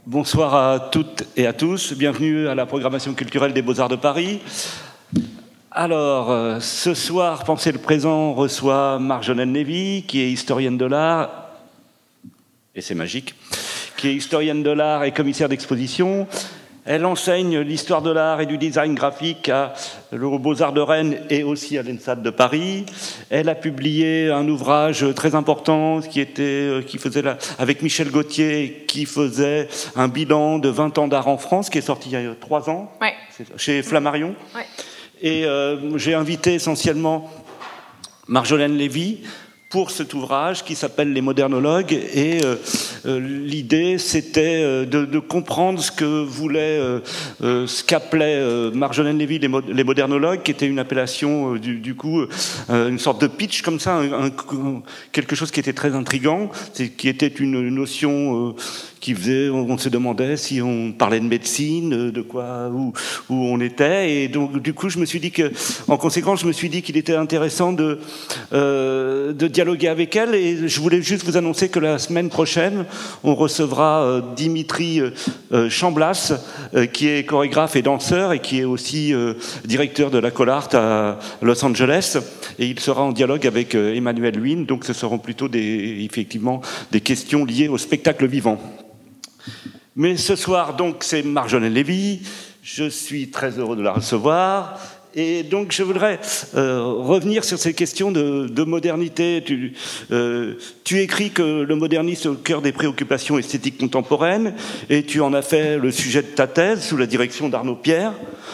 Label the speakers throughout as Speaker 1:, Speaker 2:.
Speaker 1: Bonsoir à toutes et à tous. Bienvenue à la programmation culturelle des Beaux-Arts de Paris. Alors, ce soir, Penser le présent reçoit Marjolaine Lévy, qui est historienne de l'art, et c'est magique, qui est historienne de l'art et commissaire d'exposition. Elle enseigne l'histoire de l'art et du design graphique aux Beaux-Arts de Rennes et aussi à l'ENSAD de Paris. Elle a publié un ouvrage très important avec Michel Gauthier, qui faisait un bilan de 20 ans d'art en France, qui est sorti il y a 3 ans,
Speaker 2: ouais.
Speaker 1: Chez Flammarion.
Speaker 2: Ouais.
Speaker 1: Et j'ai invité essentiellement Marjolaine Lévy pour cet ouvrage qui s'appelle Les Modernologues, et l'idée c'était de comprendre ce que voulait, ce qu'appelait Marjolaine Lévy les Modernologues, qui était une appellation du coup une sorte de pitch comme ça, quelque chose qui était très intriguant, qui était une notion qui faisait, on se demandait si on parlait de médecine, de quoi, où on était, et donc du coup en conséquence, je me suis dit qu'il était intéressant de dialoguer avec elle, et je voulais juste vous annoncer que la semaine prochaine, on recevra Dimitri Chamblas, qui est chorégraphe et danseur, et qui est aussi directeur de la Collart à Los Angeles, et il sera en dialogue avec Emmanuel Huynh, donc ce seront plutôt effectivement des questions liées au spectacle vivant. Mais ce soir, donc, c'est Marjolaine Lévy. Je suis très heureux de la recevoir. Et donc, je voudrais revenir sur ces questions de modernité. Tu écris que le modernisme est au cœur des préoccupations esthétiques contemporaines, et tu en as fait le sujet de ta thèse sous la direction d'Arnaud Pierre.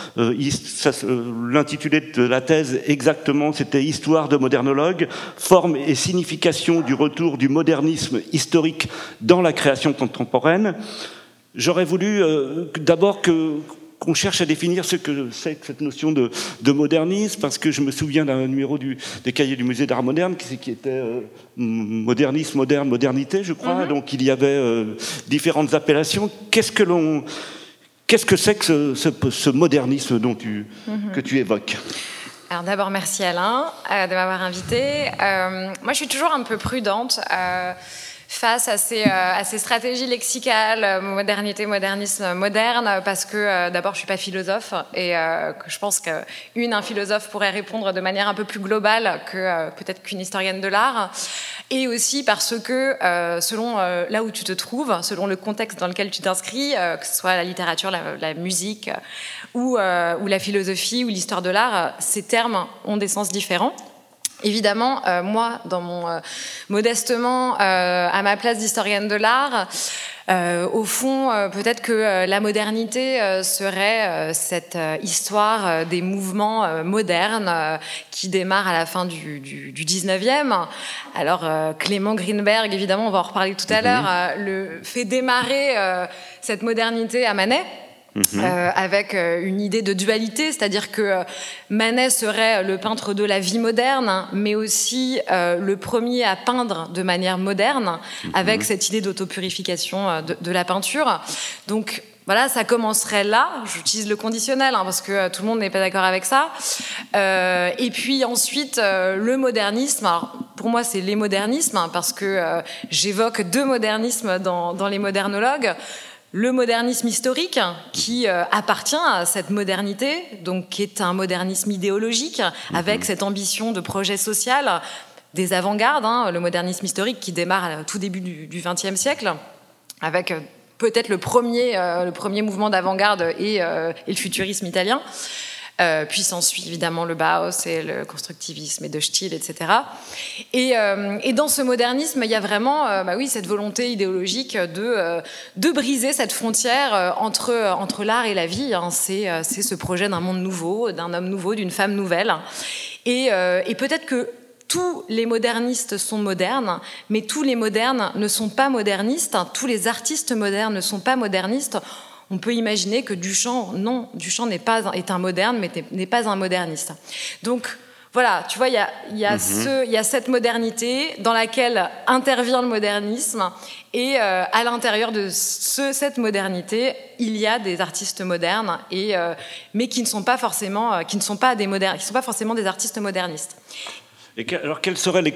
Speaker 1: L'intitulé de la thèse exactement, c'était « Histoire de modernologue, forme et signification du retour du modernisme historique dans la création contemporaine ». J'aurais voulu d'abord qu'on cherche à définir ce que c'est que cette notion de modernisme, parce que je me souviens d'un numéro des cahiers du musée d'art moderne qui était modernisme, moderne, modernité, je crois. Donc il y avait différentes appellations. Qu'est-ce que c'est que ce modernisme que tu évoques ?
Speaker 2: Alors d'abord, merci Alain de m'avoir invitée. Moi, je suis toujours un peu prudente face à ces stratégies lexicales, modernité, modernisme, moderne, parce que d'abord je suis pas philosophe, et que je pense qu'un philosophe pourrait répondre de manière un peu plus globale que peut-être qu'une historienne de l'art, et aussi parce que selon là où tu te trouves, selon le contexte dans lequel tu t'inscris, que ce soit la littérature, la musique ou la philosophie ou l'histoire de l'art, ces termes ont des sens différents. Évidemment, moi, dans mon modestement, à ma place d'historienne de l'art, au fond, peut-être que la modernité serait cette histoire des mouvements modernes qui démarrent à la fin du 19e. Alors, Clément Greenberg, évidemment, on va en reparler tout à l'heure, le fait démarrer cette modernité à Manet. Avec une idée de dualité, c'est-à-dire que Manet serait le peintre de la vie moderne, mais aussi le premier à peindre de manière moderne, avec cette idée d'autopurification de la peinture. Donc voilà, ça commencerait là. J'utilise le conditionnel parce que tout le monde n'est pas d'accord avec ça. Et puis ensuite, le modernisme. Alors, pour moi, c'est les modernismes, parce que j'évoque 2 modernismes dans les modernologues. Le modernisme historique, qui appartient à cette modernité, donc qui est un modernisme idéologique, avec cette ambition de projet social, des avant-gardes, le modernisme historique qui démarre au tout début du XXe siècle, avec peut-être le premier mouvement d'avant-garde et le futurisme italien. Puis s'ensuit évidemment le Bauhaus et le constructivisme et de Stiel, etc. Et dans ce modernisme, il y a vraiment cette volonté idéologique de briser cette frontière entre l'art et la vie. C'est ce projet d'un monde nouveau, d'un homme nouveau, d'une femme nouvelle. Et peut-être que tous les modernistes sont modernes, mais tous les modernes ne sont pas modernistes. Tous les artistes modernes ne sont pas modernistes. On peut imaginer que Duchamp est un moderne, mais n'est pas un moderniste. Donc voilà, tu vois, il y a cette modernité dans laquelle intervient le modernisme, et à l'intérieur de cette modernité, il y a des artistes modernes, mais qui ne sont pas forcément des artistes modernistes.
Speaker 1: Alors, quelles seraient les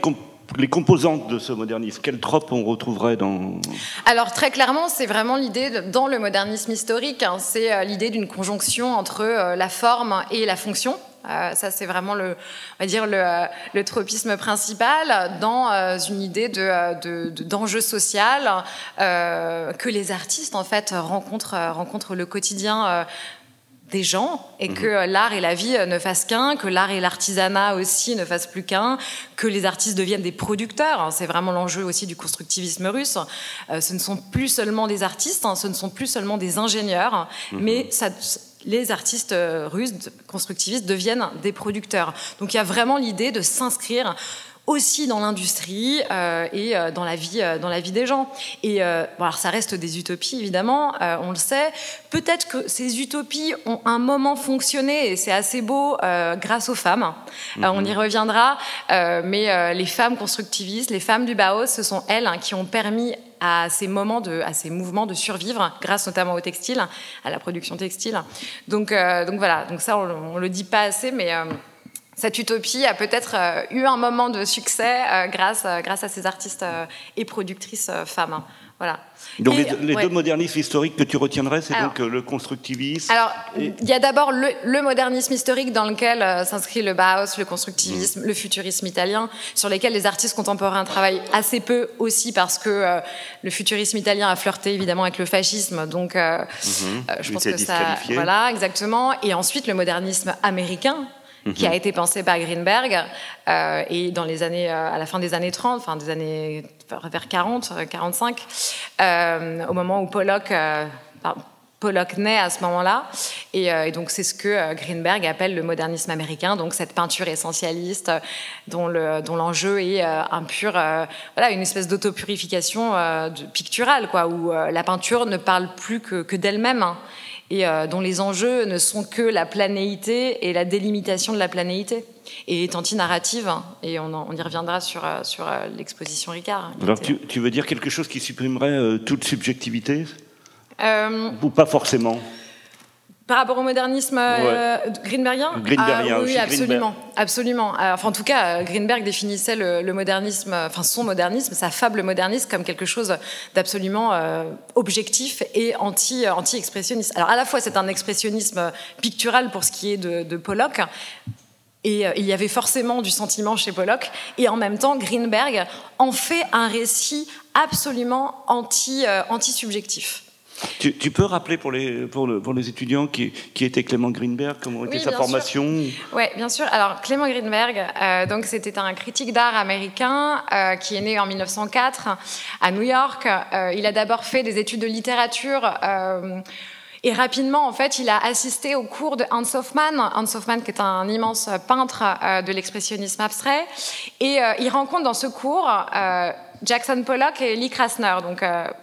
Speaker 1: les composantes de ce modernisme? Quelles tropes on retrouverait dans...
Speaker 2: Alors très clairement, c'est vraiment l'idée, dans le modernisme historique, hein, c'est l'idée d'une conjonction entre la forme et la fonction. Ça, c'est vraiment on va dire le tropisme principal dans une idée d'enjeu social que les artistes en fait rencontrent le quotidien des gens, et que l'art et la vie ne fassent qu'un, que l'art et l'artisanat aussi ne fassent plus qu'un, que les artistes deviennent des producteurs. C'est vraiment l'enjeu aussi du constructivisme russe. Ce ne sont plus seulement des artistes, ce ne sont plus seulement des ingénieurs, mais les artistes russes constructivistes deviennent des producteurs. Donc il y a vraiment l'idée de s'inscrire aussi dans l'industrie et dans la vie des gens. Et bon, alors ça reste des utopies, évidemment, on le sait. Peut-être que ces utopies ont un moment fonctionné, et c'est assez beau, grâce aux femmes. On y reviendra, mais les femmes constructivistes, les femmes du Bauhaus, ce sont elles qui ont permis à ces mouvements de survivre, grâce notamment au textile, à la production textile. Donc voilà, donc ça on le dit pas assez, mais cette utopie a peut-être eu un moment de succès grâce à ces artistes et productrices femmes. Voilà.
Speaker 1: Donc les deux modernismes historiques que tu retiendrais, c'est donc le constructivisme.
Speaker 2: Alors, il y a d'abord le modernisme historique dans lequel s'inscrit le Bauhaus, le constructivisme, le futurisme italien, sur lesquels les artistes contemporains travaillent assez peu aussi, parce que le futurisme italien a flirté évidemment avec le fascisme, donc je pense que ça... Voilà, exactement. Et ensuite, le modernisme américain, qui a été pensé par Greenberg, et dans les années, à la fin des années 30, enfin des années vers 40, 45, au moment où Pollock naît à ce moment-là, et donc c'est ce que Greenberg appelle le modernisme américain, donc cette peinture essentialiste dont l'enjeu est une espèce d'autopurification picturale, quoi, où la peinture ne parle plus que d'elle-même, hein, et dont les enjeux ne sont que la planéité et la délimitation de la planéité, et est anti-narrative, hein, et on y reviendra sur l'exposition Ricard.
Speaker 1: Alors tu veux dire quelque chose qui supprimerait toute subjectivité, ou pas forcément?
Speaker 2: Par rapport au modernisme greenbergien, oui, absolument, absolument. Enfin, en tout cas, Greenberg définissait le modernisme, enfin son modernisme, sa fable moderniste, comme quelque chose d'absolument objectif et anti-expressionniste. Alors à la fois, c'est un expressionnisme pictural pour ce qui est de Pollock. Et il y avait forcément du sentiment chez Pollock, et en même temps, Greenberg en fait un récit absolument anti-subjectif.
Speaker 1: Tu peux rappeler pour les étudiants qui était Clément Greenberg, comment était sa formation?
Speaker 2: Oui, bien sûr. Alors Clément Greenberg, donc c'était un critique d'art américain qui est né en 1904 à New York. Il a d'abord fait des études de littérature. Et rapidement, en fait, il a assisté au cours de Hans Hofmann, qui est un immense peintre de l'expressionnisme abstrait. Et il rencontre dans ce cours Jackson Pollock et Lee Krasner, donc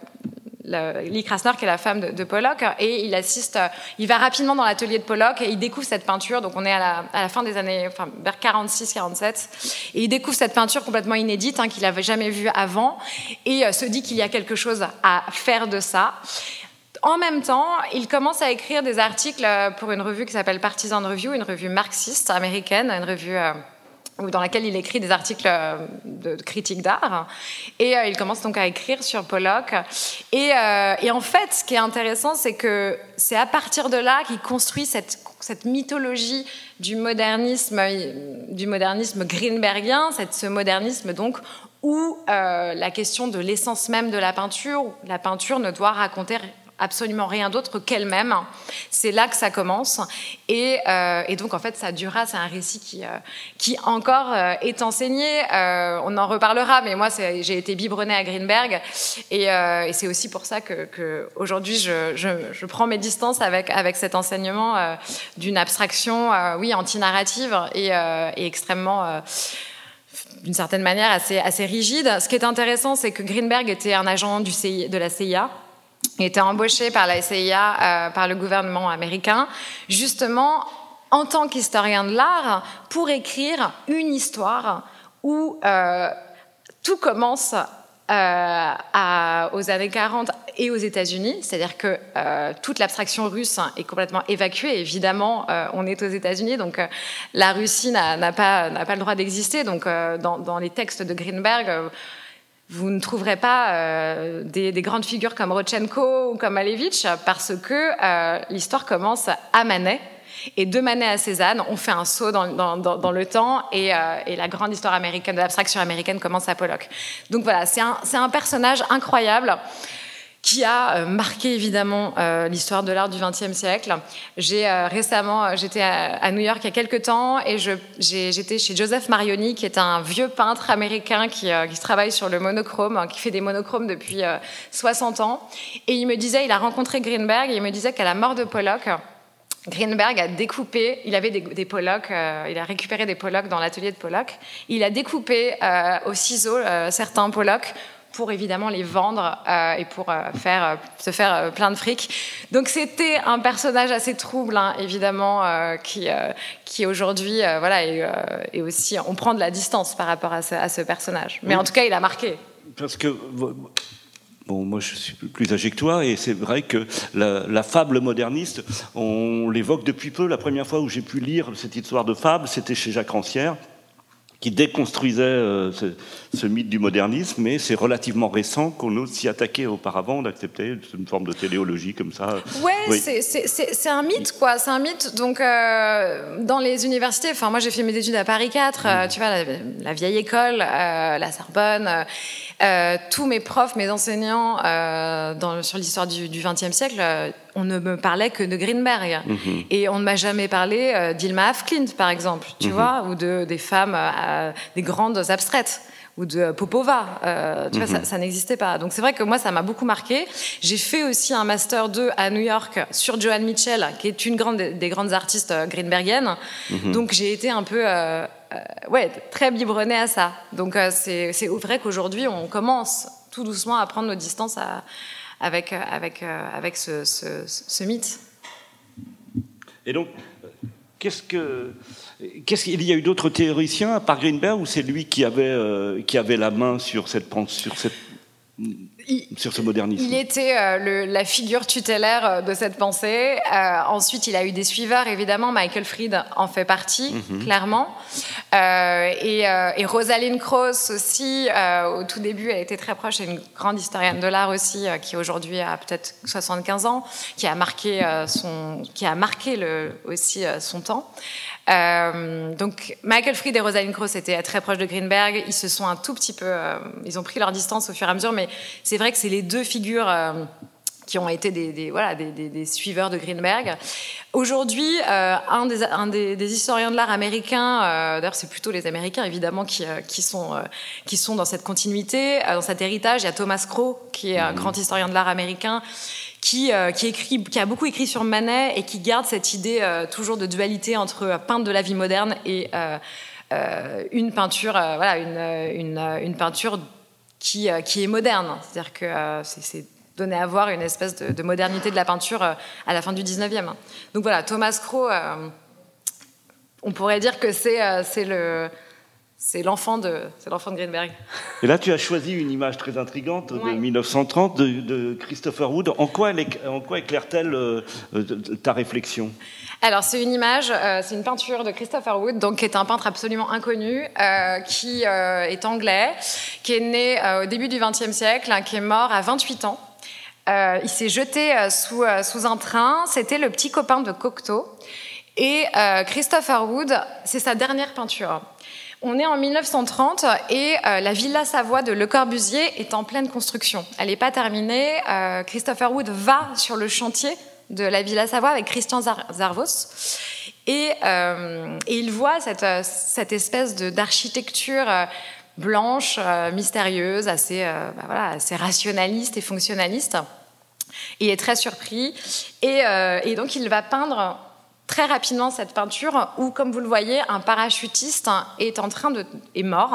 Speaker 2: Lee Krasner, qui est la femme de Pollock, et il va rapidement dans l'atelier de Pollock et il découvre cette peinture. Donc on est à la fin des années, enfin vers 46-47, et il découvre cette peinture complètement inédite, hein, qu'il n'avait jamais vue avant, et se dit qu'il y a quelque chose à faire de ça. En même temps, il commence à écrire des articles pour une revue qui s'appelle Partisan Review, une revue marxiste américaine, une revue dans laquelle il écrit des articles de critique d'art. Et il commence donc à écrire sur Pollock. Et en fait, ce qui est intéressant, c'est que c'est à partir de là qu'il construit cette mythologie du modernisme greenbergien, ce modernisme donc où la question de l'essence même de la peinture ne doit raconter absolument rien d'autre qu'elle-même. C'est là que ça commence. Et donc, en fait, ça durera. C'est un récit qui encore est enseigné. On en reparlera, mais moi, j'ai été biberonnée à Greenberg. Et c'est aussi pour ça que aujourd'hui, je prends mes distances avec cet enseignement d'une abstraction, antinarrative et extrêmement... d'une certaine manière, assez rigide. Ce qui est intéressant, c'est que Greenberg était un agent de la CIA. Il était embauché par la CIA, par le gouvernement américain, justement en tant qu'historien de l'art, pour écrire une histoire où tout commence aux années 40 et aux États-Unis, c'est-à-dire que toute l'abstraction russe est complètement évacuée. Évidemment, on est aux États-Unis, donc la Russie n'a pas le droit d'exister. Donc, dans les textes de Greenberg, vous ne trouverez pas des grandes figures comme Rodchenko ou comme Malevich, parce que l'histoire commence à Manet. Et de Manet à Cézanne, on fait un saut dans le temps, et la grande histoire américaine, de l'abstraction américaine, commence à Pollock. Donc voilà, c'est un personnage incroyable qui a marqué évidemment l'histoire de l'art du XXe siècle. Récemment, j'étais à New York il y a quelques temps, et j'étais chez Joseph Marioni, qui est un vieux peintre américain qui travaille sur le monochrome, qui fait des monochromes depuis 60 ans. Et il me disait, il a rencontré Greenberg, et il me disait qu'à la mort de Pollock, Greenberg a découpé, il avait des Pollock, il a récupéré des Pollock dans l'atelier de Pollock. Il a découpé au ciseau certains Pollock pour évidemment les vendre et pour se faire plein de fric. Donc c'était un personnage assez trouble, hein, évidemment, qui aujourd'hui, voilà, et aussi, on prend de la distance par rapport à ce personnage. Mais oui. En tout cas, il a marqué.
Speaker 1: Parce que... Bon, moi, je suis plus âgé que toi, et c'est vrai que la fable moderniste, on l'évoque depuis peu. La première fois où j'ai pu lire cette histoire de fable, c'était chez Jacques Rancière, qui déconstruisait ce mythe du modernisme, mais c'est relativement récent qu'on ose s'y attaquer. Auparavant, on acceptait une forme de téléologie comme ça.
Speaker 2: Ouais, oui. C'est un mythe, quoi. C'est un mythe. Donc, dans les universités, enfin, moi, j'ai fait mes études à Paris 4, tu vois, la vieille école, la Sorbonne. Tous mes profs, mes enseignants sur l'histoire du XXe siècle, on ne me parlait que de Greenberg. Et on ne m'a jamais parlé d'Ilma af Klint, par exemple, tu vois, ou des femmes, des grandes abstraites, ou de Popova. Tu vois, ça n'existait pas. Donc c'est vrai que moi, ça m'a beaucoup marqué. J'ai fait aussi un Master 2 à New York sur Joan Mitchell, qui est une des grandes artistes greenbergiennes. Donc j'ai été un peu... très biberonnée à ça. Donc c'est vrai qu'aujourd'hui, on commence tout doucement à prendre nos distances avec ce mythe.
Speaker 1: Et donc, il y a eu d'autres théoriciens à part Greenberg, ou c'est lui qui avait la main sur ce modernisme?
Speaker 2: Il était la figure tutélaire de cette pensée. Ensuite, il a eu des suiveurs, évidemment. Michael Fried en fait partie, clairement. Et Rosalind Krauss aussi, au tout début, elle était très proche. C'est une grande historienne de l'art aussi, qui aujourd'hui a peut-être 75 ans, qui a marqué aussi son temps. Donc Michael Fried et Rosalind Krauss étaient très proches de Greenberg. Ils se sont un tout petit peu, ils ont pris leur distance au fur et à mesure, mais c'est vrai que c'est les deux figures qui ont été des suiveurs de Greenberg. Aujourd'hui, un des historiens de l'art américains, d'ailleurs c'est plutôt les Américains évidemment qui sont dans cette continuité, dans cet héritage. Il y a Thomas Crow, qui est un grand historien de l'art américain, qui a beaucoup écrit sur Manet, et qui garde cette idée toujours de dualité entre peindre de la vie moderne et une peinture, une peinture qui est moderne. C'est-à-dire que c'est donné à voir une espèce de modernité de la peinture à la fin du 19e. Donc voilà, Thomas Crow, on pourrait dire que c'est l'enfant de Greenberg.
Speaker 1: Et là, tu as choisi une image très intrigante de 1930 de Christopher Wood. En quoi éclaire-t-elle ta réflexion ?
Speaker 2: Alors, c'est une image, c'est une peinture de Christopher Wood, donc, qui est un peintre absolument inconnu, qui est anglais, qui est né au début du XXe siècle, qui est mort à 28 ans. Il s'est jeté sous un train. C'était le petit copain de Cocteau. Et Christopher Wood, c'est sa dernière peinture. On est en 1930 et la Villa Savoie de Le Corbusier est en pleine construction. Elle n'est pas terminée. Christopher Wood va sur le chantier de la Villa Savoie avec Christian Zarvos et il voit cette espèce d'architecture blanche, mystérieuse, assez rationaliste et fonctionnaliste. Il est très surpris et donc il va peindre très rapidement cette peinture où, comme vous le voyez, un parachutiste est mort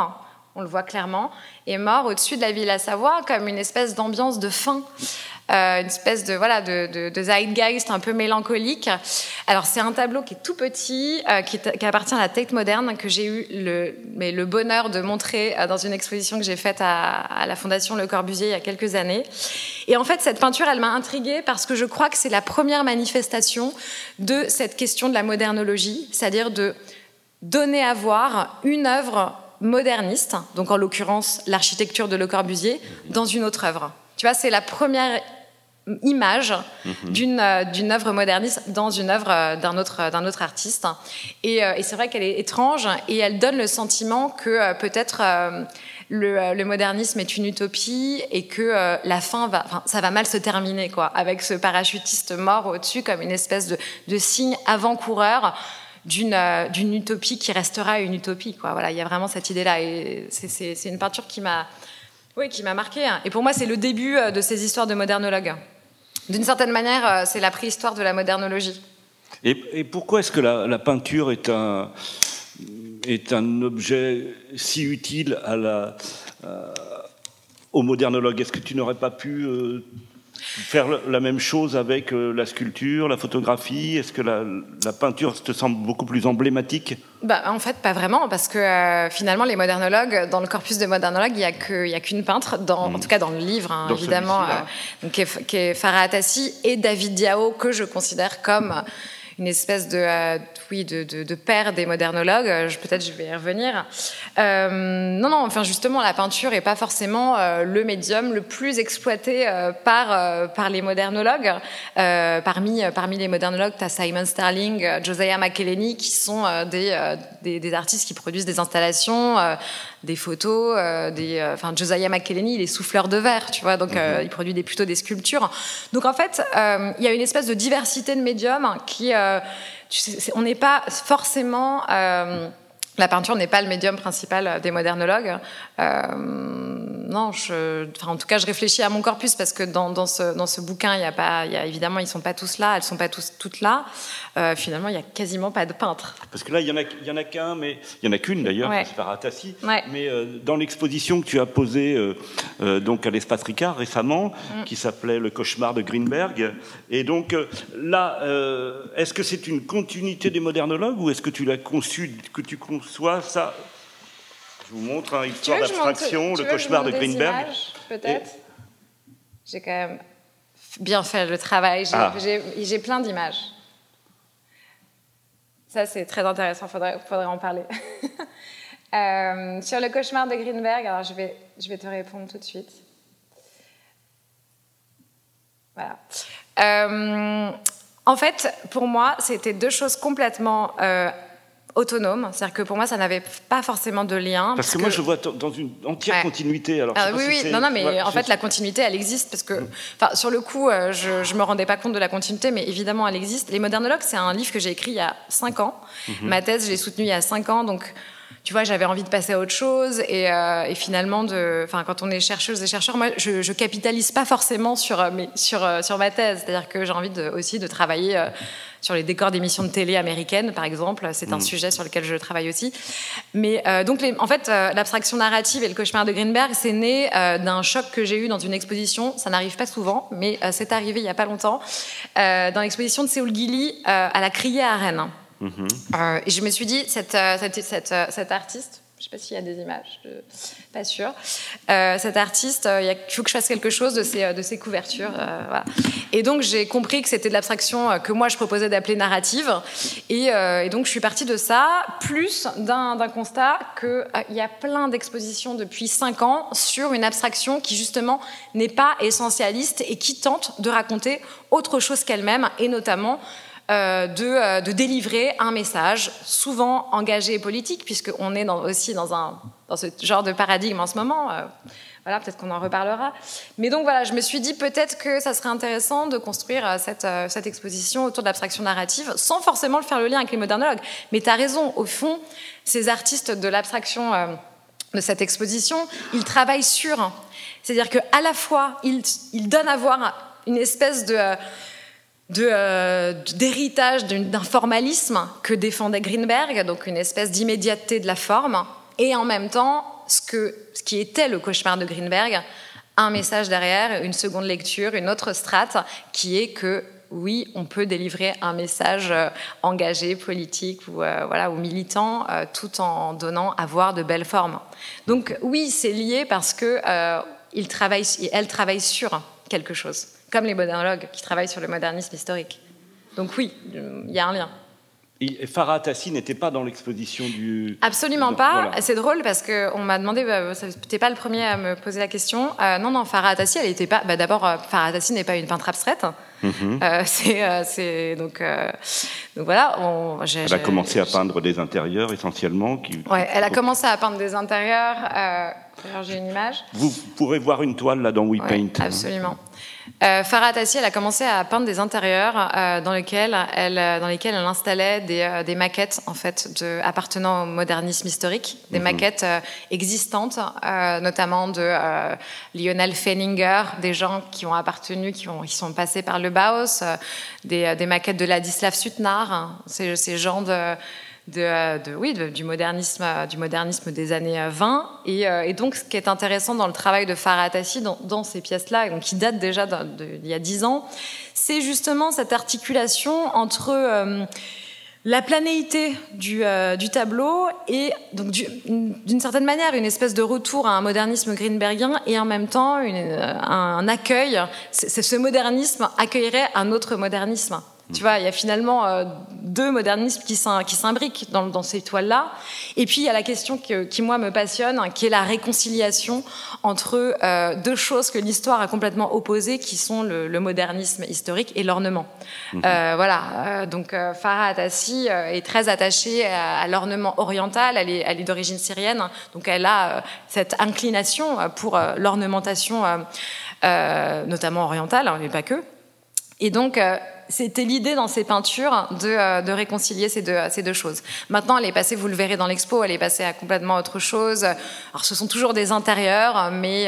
Speaker 2: on le voit clairement, est mort au-dessus de la ville à Savoie, comme une espèce d'ambiance de fin. Une espèce de zeitgeist un peu mélancolique. Alors, c'est un tableau qui est tout petit, qui appartient à la Tate Moderne, que j'ai eu le bonheur de montrer dans une exposition que j'ai faite à la Fondation Le Corbusier il y a quelques années. Et en fait, cette peinture, elle m'a intriguée parce que je crois que c'est la première manifestation de cette question de la modernologie, c'est-à-dire de donner à voir une œuvre moderniste, donc en l'occurrence l'architecture de Le Corbusier, dans une autre œuvre. Tu vois, c'est la première image d'une œuvre moderniste dans une œuvre d'un autre artiste. Et c'est vrai qu'elle est étrange et elle donne le sentiment que peut-être le modernisme est une utopie et que la fin ça va mal se terminer, quoi, avec ce parachutiste mort au-dessus comme une espèce de signe avant-coureur d'une utopie qui restera une utopie, quoi. Voilà, il y a vraiment cette idée-là et c'est une peinture qui m'a marqué. Et pour moi, c'est le début de ces histoires de modernologues. D'une certaine manière, c'est la préhistoire de la modernologie.
Speaker 1: Et pourquoi est-ce que la peinture est un objet si utile aux modernologues? Est-ce que tu n'aurais pas pu faire la même chose avec la sculpture, la photographie? Est-ce que la peinture te semble beaucoup plus emblématique?
Speaker 2: En fait, pas vraiment, parce que finalement, les modernologues, dans le corpus de modernologues, il n'y a qu'une peintre, en tout cas dans le livre, hein, évidemment, qui est Farah Atassi, et David Diao, que je considère comme une espèce de père des modernologues. Peut-être je vais y revenir. Enfin justement, la peinture n'est pas forcément le médium le plus exploité par les modernologues. Parmi les modernologues, tu as Simon Sterling, Josiah McElhenney, qui sont des artistes qui produisent des installations, des photos, Josiah McElhenney, il est souffleur de verre, tu vois, donc il produit plutôt des sculptures. Donc en fait, il y a une espèce de diversité de médiums qui, on n'est pas forcément, la peinture n'est pas le médium principal des modernologues. En tout cas, je réfléchis à mon corpus parce que dans ce bouquin, évidemment, ils sont pas tous là, elles sont pas toutes là. Finalement, il y a quasiment pas de peintres.
Speaker 1: Parce que là, il y en a qu'un, mais il y en a qu'une d'ailleurs,
Speaker 2: ouais.
Speaker 1: c'est Farah Atassi.
Speaker 2: Ouais.
Speaker 1: Mais dans l'exposition que tu as posée donc à l'Espace Ricard récemment, qui s'appelait Le Cauchemar de Greenberg, et donc là, est-ce que c'est une continuité des modernologues ou est-ce que tu l'as conçu, que tu conçois ça? Je vous montre, histoire d'abstraction, Le Cauchemar de Greenberg.
Speaker 2: Images, peut-être. J'ai quand même bien fait le travail. J'ai plein d'images. Ça, c'est très intéressant. Faudrait en parler. Sur Le Cauchemar de Greenberg, alors je vais te répondre tout de suite. Voilà. En fait, pour moi, c'était deux choses complètement autonome, c'est-à-dire que pour moi ça n'avait pas forcément de lien.
Speaker 1: Parce que moi je vois dans une entière continuité. Alors,
Speaker 2: en fait la continuité elle existe parce que, sur le coup je me rendais pas compte de la continuité, mais évidemment elle existe. Les modernologues, c'est un livre que j'ai écrit il y a 5 ans. Ma thèse je l'ai soutenue il y a 5 ans, donc tu vois, j'avais envie de passer à autre chose et finalement, quand on est chercheuse et chercheur, moi, je capitalise pas forcément sur ma thèse. C'est-à-dire que j'ai envie aussi de travailler sur les décors d'émissions de télé américaines, par exemple. C'est un sujet sur lequel je travaille aussi. Mais donc, l'abstraction narrative et Le Cauchemar de Greenberg, c'est né d'un choc que j'ai eu dans une exposition. Ça n'arrive pas souvent, mais c'est arrivé il y a pas longtemps, dans l'exposition de Séoul Gili à la Criée à Rennes. Et je me suis dit, cet artiste, je ne sais pas s'il y a des images, pas sûre, cet artiste, il faut que je fasse quelque chose de ses couvertures. Voilà. Et donc j'ai compris que c'était de l'abstraction que moi je proposais d'appeler narrative. Et donc je suis partie de ça, plus d'un constat qu'il y a plein d'expositions depuis 5 ans sur une abstraction qui justement n'est pas essentialiste et qui tente de raconter autre chose qu'elle-même, et notamment de délivrer un message, souvent engagé et politique, puisqu'on est aussi dans ce genre de paradigme en ce moment. Voilà, peut-être qu'on en reparlera. Mais donc voilà, je me suis dit peut-être que ça serait intéressant de construire cette exposition autour de l'abstraction narrative, sans forcément faire le lien avec les modernologues. Mais tu as raison, au fond, ces artistes de l'abstraction de cette exposition, ils travaillent sur. C'est-à-dire qu'à la fois, ils donnent à voir une espèce d'héritage d'un formalisme que défendait Greenberg, donc une espèce d'immédiateté de la forme, et en même temps ce qui était le cauchemar de Greenberg, un message derrière, une seconde lecture, une autre strate, qui est que oui, on peut délivrer un message engagé, politique ou militant, tout en donnant à voir de belles formes. Donc oui, c'est lié parce que elle travaille sur quelque chose, comme les modernologues qui travaillent sur le modernisme historique. Donc oui, il y a un lien.
Speaker 1: Et Farah Atassi n'était pas dans l'exposition du...
Speaker 2: Absolument pas. Voilà. C'est drôle parce qu'on m'a demandé, t'es pas le premier à me poser la question. Non, Farah Atassi, elle n'était pas... d'abord, Farah Atassi n'est pas une peintre abstraite. Donc voilà.
Speaker 1: Elle a commencé à peindre des intérieurs essentiellement.
Speaker 2: Ouais, elle a commencé à peindre des intérieurs. D'ailleurs, j'ai une image.
Speaker 1: Vous pourrez voir une toile là dans We Paint.
Speaker 2: Absolument. Farah Atassi, elle a commencé à peindre des intérieurs dans lesquels elle installait des maquettes en fait appartenant au modernisme historique, des maquettes existantes, notamment de Lionel Feininger, des gens qui ont appartenu, qui sont passés par le Bauhaus, des maquettes de Ladislav Sutnar, ces gens du modernisme des années 20 et donc ce qui est intéressant dans le travail de Farah Atassi dans ces pièces-là, donc qui datent déjà d'il y a 10 ans, c'est justement cette articulation entre la planéité du tableau et donc d'une certaine manière une espèce de retour à un modernisme greenbergien et en même temps un accueil. Ce modernisme accueillerait un autre modernisme. Tu vois, il y a finalement deux modernismes qui s'imbriquent dans ces toiles-là. Et puis, il y a la question qui, moi, me passionne, qui est la réconciliation entre deux choses que l'histoire a complètement opposées, qui sont le modernisme historique et l'ornement. Donc, Farah Atassi est très attachée à l'ornement oriental. Elle est d'origine syrienne. Donc, elle a cette inclination pour l'ornementation, notamment orientale, mais pas que. Et donc, c'était l'idée dans ses peintures de réconcilier ces deux choses. Maintenant, elle est passée, vous le verrez dans l'expo, elle est passée à complètement autre chose. Alors, ce sont toujours des intérieurs, mais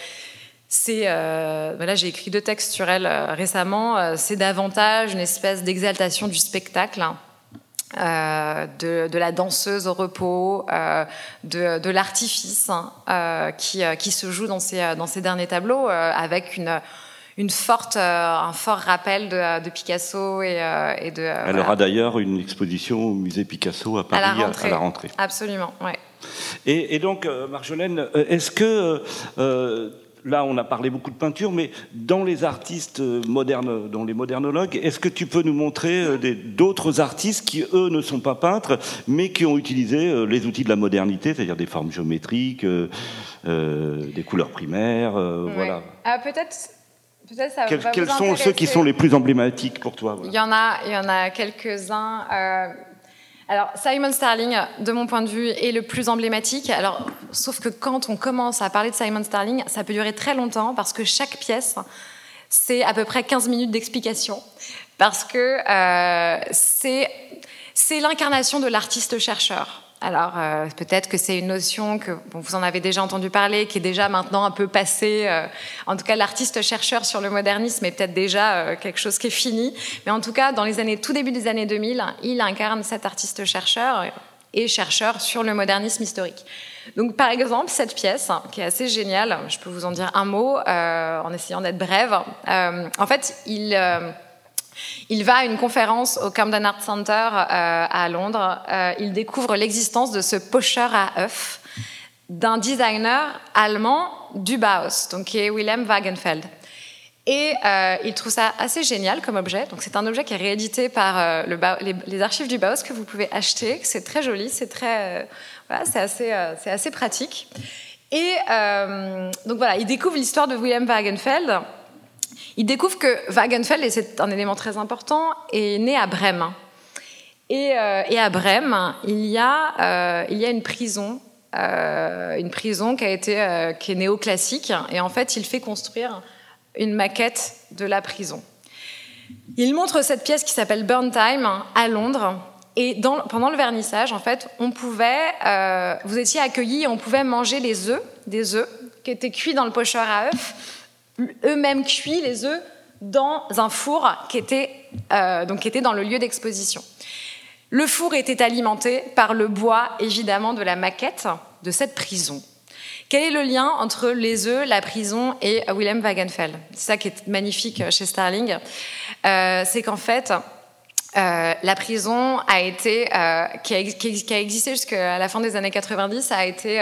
Speaker 2: là, j'ai écrit 2 textes sur elle récemment. C'est davantage une espèce d'exaltation du spectacle, de la danseuse au repos, de l'artifice qui se joue dans ces derniers tableaux, avec un fort rappel de Picasso et de...
Speaker 1: Elle aura d'ailleurs une exposition au musée Picasso à Paris à la rentrée.
Speaker 2: Absolument, ouais.
Speaker 1: Et donc, Marjolaine, est-ce que... là, on a parlé beaucoup de peinture, mais dans les artistes modernes, dans les modernologues, est-ce que tu peux nous montrer d'autres artistes qui, eux, ne sont pas peintres, mais qui ont utilisé les outils de la modernité, c'est-à-dire des formes géométriques, des couleurs primaires, voilà.
Speaker 2: Peut-être
Speaker 1: quels sont ceux qui sont les plus emblématiques pour toi?
Speaker 2: Voilà. Il y en a quelques-uns. Alors, Simon Starling, de mon point de vue, est le plus emblématique. Alors, sauf que quand on commence à parler de Simon Starling, ça peut durer très longtemps parce que chaque pièce, c'est à peu près 15 minutes d'explication. Parce que c'est l'incarnation de l'artiste-chercheur. Alors, peut-être que c'est une notion que vous en avez déjà entendu parler, qui est déjà maintenant un peu passée. En tout cas, l'artiste-chercheur sur le modernisme est peut-être déjà quelque chose qui est fini. Mais en tout cas, tout début des années 2000, il incarne cet artiste-chercheur et chercheur sur le modernisme historique. Donc, par exemple, cette pièce, qui est assez géniale, je peux vous en dire un mot, en essayant d'être brève. En fait, il va à une conférence au Camden Art Center à Londres. Il découvre l'existence de ce pocheur à œufs d'un designer allemand du Bauhaus, donc qui est Wilhelm Wagenfeld. Et il trouve ça assez génial comme objet. Donc c'est un objet qui est réédité par les archives du Bauhaus que vous pouvez acheter. C'est très joli, c'est assez pratique. Et donc voilà, il découvre l'histoire de Wilhelm Wagenfeld. Il découvre que Wagenfeld, et c'est un élément très important, est né à Brême. Et à Brême, il y a une prison qui est néoclassique. Et en fait, il fait construire une maquette de la prison. Il montre cette pièce qui s'appelle Burn Time à Londres. Et pendant le vernissage, en fait, vous étiez accueillis et on pouvait manger des œufs qui étaient cuits dans le pocheur à œufs, eux-mêmes cuits, les œufs, dans un four qui était dans le lieu d'exposition. Le four était alimenté par le bois, évidemment, de la maquette de cette prison. Quel est le lien entre les œufs, la prison et Willem Wagenfeld? C'est ça qui est magnifique chez Starling. C'est qu'en fait, la prison a été, qui a existé jusqu'à la fin des années 90, a été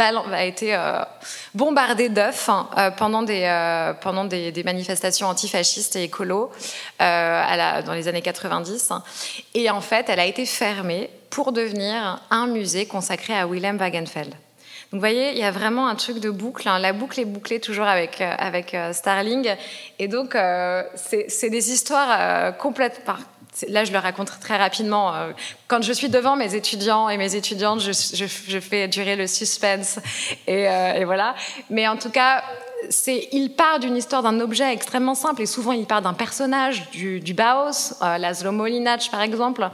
Speaker 2: bombardée d'œufs pendant des manifestations antifascistes et écolos dans les années 90. Et en fait, elle a été fermée pour devenir un musée consacré à Willem Wagenfeld. Donc, vous voyez, il y a vraiment un truc de boucle. La boucle est bouclée toujours avec Starling. Et donc, c'est des histoires complètes. Là, je le raconte très rapidement. Quand je suis devant mes étudiants et mes étudiantes, je fais durer le suspense. Et voilà. Mais en tout cas, il part d'une histoire d'un objet extrêmement simple. Et souvent, il part d'un personnage, du Bauhaus, Laszlo Molinacz, par exemple,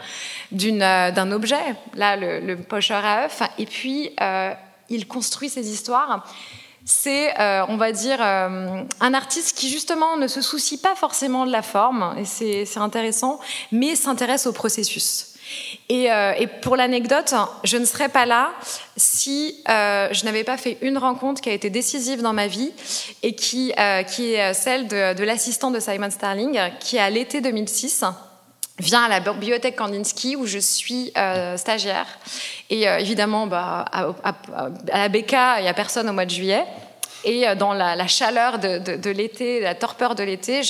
Speaker 2: d'un objet. Là, le pocheur à œufs. Et puis, il construit ces histoires. C'est, on va dire, un artiste qui justement ne se soucie pas forcément de la forme, et c'est intéressant, mais s'intéresse au processus. Et pour l'anecdote, je ne serais pas là si je n'avais pas fait une rencontre qui a été décisive dans ma vie et qui est celle de l'assistant de Simon Starling, qui à l'été 2006 vient à la bibliothèque Kandinsky où je suis stagiaire. Et évidemment, à la BK, il n'y a personne au mois de juillet. Et dans la chaleur de l'été, la torpeur de l'été,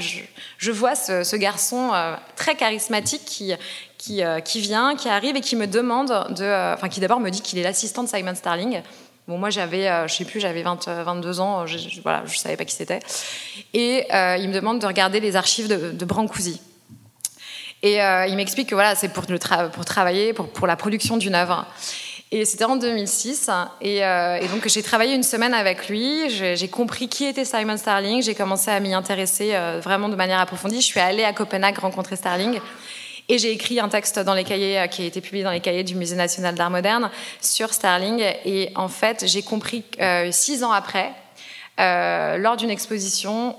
Speaker 2: je vois ce garçon très charismatique qui arrive et qui me demande qui d'abord me dit qu'il est l'assistant de Simon Starling. Bon, moi, j'avais 22 ans, je savais pas qui c'était. Et il me demande de regarder les archives de Brancusi. Et il m'explique que voilà, c'est pour travailler, pour la production d'une œuvre. Et c'était en 2006. Et donc, j'ai travaillé une semaine avec lui. J'ai compris qui était Simon Starling. J'ai commencé à m'y intéresser vraiment de manière approfondie. Je suis allée à Copenhague rencontrer Starling. Et j'ai écrit un texte dans les cahiers qui a été publié dans les cahiers du Musée national d'art moderne sur Starling. Et en fait, j'ai compris 6 ans après, lors d'une exposition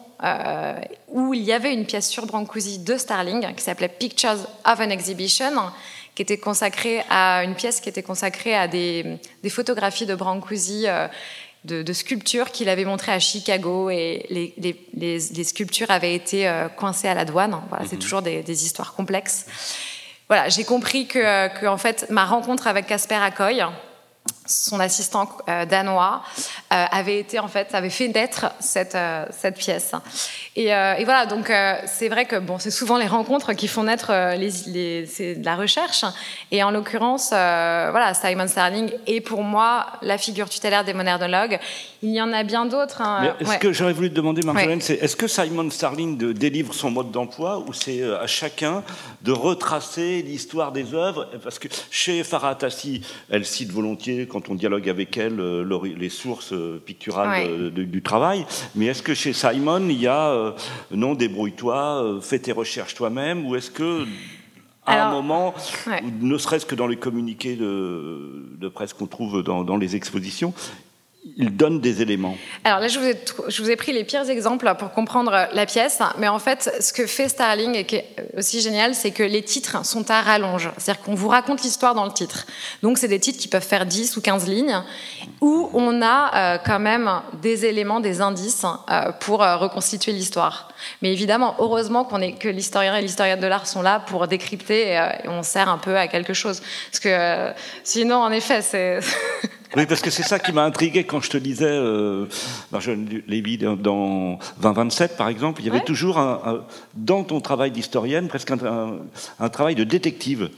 Speaker 2: où il y avait une pièce sur Brancusi de Starling qui s'appelait Pictures of an Exhibition, qui était consacrée à une pièce qui était consacrée à des photographies de Brancusi, de sculptures qu'il avait montrées à Chicago, et les sculptures avaient été coincées à la douane. Voilà, c'est toujours des histoires complexes. Voilà, j'ai compris que en fait, ma rencontre avec Casper Akoy, son assistant danois, avait fait naître cette pièce. Et voilà, donc c'est vrai que c'est souvent les rencontres qui font naître c'est de la recherche. Et en l'occurrence, Simon Starling est pour moi la figure tutélaire des modernologues. Il y en a bien d'autres.
Speaker 1: Mais est-ce que j'aurais voulu te demander, Marjolaine, c'est est-ce que Simon Starling délivre son mode d'emploi, ou c'est à chacun de retracer l'histoire des œuvres? Parce que chez Farah Atassi, elle cite volontiers, quand on dialogue avec elle, les sources picturales du travail. Mais est-ce que chez Simon, il y a non, débrouille-toi, fais tes recherches toi-même, ou est-ce que un moment, ne serait-ce que dans les communiqués de presse qu'on trouve dans les expositions, il donne des éléments?
Speaker 2: Alors là, je vous ai pris les pires exemples pour comprendre la pièce, mais en fait, ce que fait Starling et qui est aussi génial, c'est que les titres sont à rallonge. C'est-à-dire qu'on vous raconte l'histoire dans le titre. Donc, c'est des titres qui peuvent faire 10 ou 15 lignes, où on a quand même des éléments, des indices pour reconstituer l'histoire. Mais évidemment, heureusement que l'historien et l'historienne de l'art sont là pour décrypter, et on sert un peu à quelque chose. Parce que sinon, en effet, c'est...
Speaker 1: Oui, parce que c'est ça qui m'a intrigué quand je te disais, Marjolaine Lévy, dans 2027, par exemple, il y avait toujours dans ton travail d'historienne presque un travail de détective.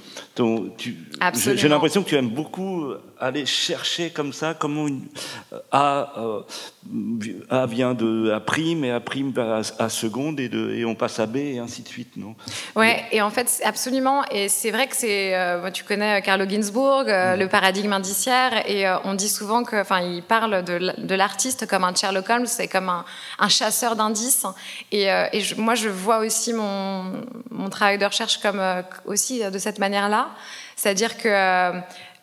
Speaker 1: J'ai l'impression que tu aimes beaucoup aller chercher comme ça comment A vient de A prime, et A prime à seconde, et on passe à B, et ainsi de suite, non?
Speaker 2: Ouais, et en fait, absolument. Et c'est vrai que tu connais Carlo Ginzburg, le paradigme indiciaire, et on dit souvent il parle de l'artiste comme un Sherlock Holmes, c'est comme un chasseur d'indices. Moi, je vois aussi mon travail de recherche comme aussi de cette manière-là. C'est-à-dire que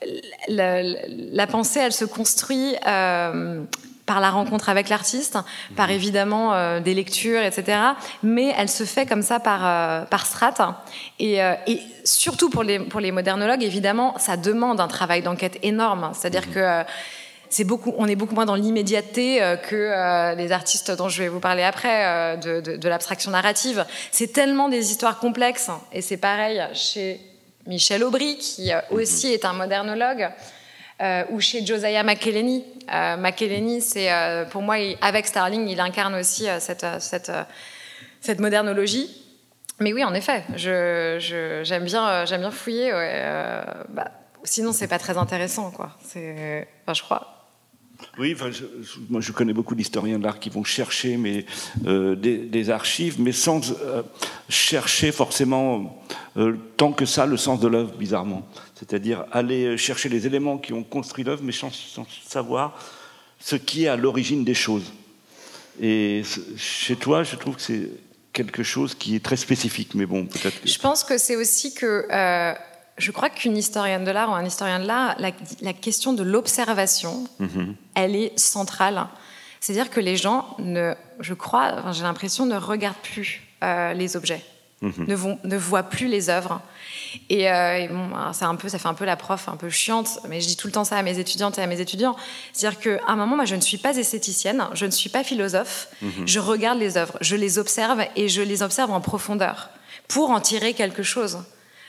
Speaker 2: la pensée, elle se construit par la rencontre avec l'artiste, par évidemment des lectures, etc. Mais elle se fait comme ça par strates. Et surtout pour les modernologues, évidemment, ça demande un travail d'enquête énorme. C'est-à-dire que on est beaucoup moins dans l'immédiateté que les artistes dont je vais vous parler après, de l'abstraction narrative. C'est tellement des histoires complexes, et c'est pareil chez Michel Aubry, qui aussi est un modernologue, ou chez Josiah McElhenney. McElhenney, c'est pour moi, avec Starling, il incarne aussi cette modernologie. Mais oui, en effet, j'aime bien fouiller. Sinon, c'est pas très intéressant, quoi. Je crois.
Speaker 1: Oui, moi je connais beaucoup d'historiens de l'art qui vont chercher des archives, mais sans chercher forcément tant que ça le sens de l'œuvre, bizarrement. C'est-à-dire aller chercher les éléments qui ont construit l'œuvre, mais sans savoir ce qui est à l'origine des choses. Et chez toi, je trouve que c'est quelque chose qui est très spécifique, mais bon, peut-être que...
Speaker 2: Je pense que c'est aussi que... je crois qu'une historienne de l'art ou un historien de l'art, la question de l'observation, elle est centrale. C'est-à-dire que les gens, j'ai l'impression, ne regardent plus les objets, ne voient plus les œuvres. Et ça fait un peu la prof un peu chiante, mais je dis tout le temps ça à mes étudiantes et à mes étudiants. C'est-à-dire qu'à un moment, moi, je ne suis pas esthéticienne, je ne suis pas philosophe, je regarde les œuvres, je les observe et je les observe en profondeur pour en tirer quelque chose.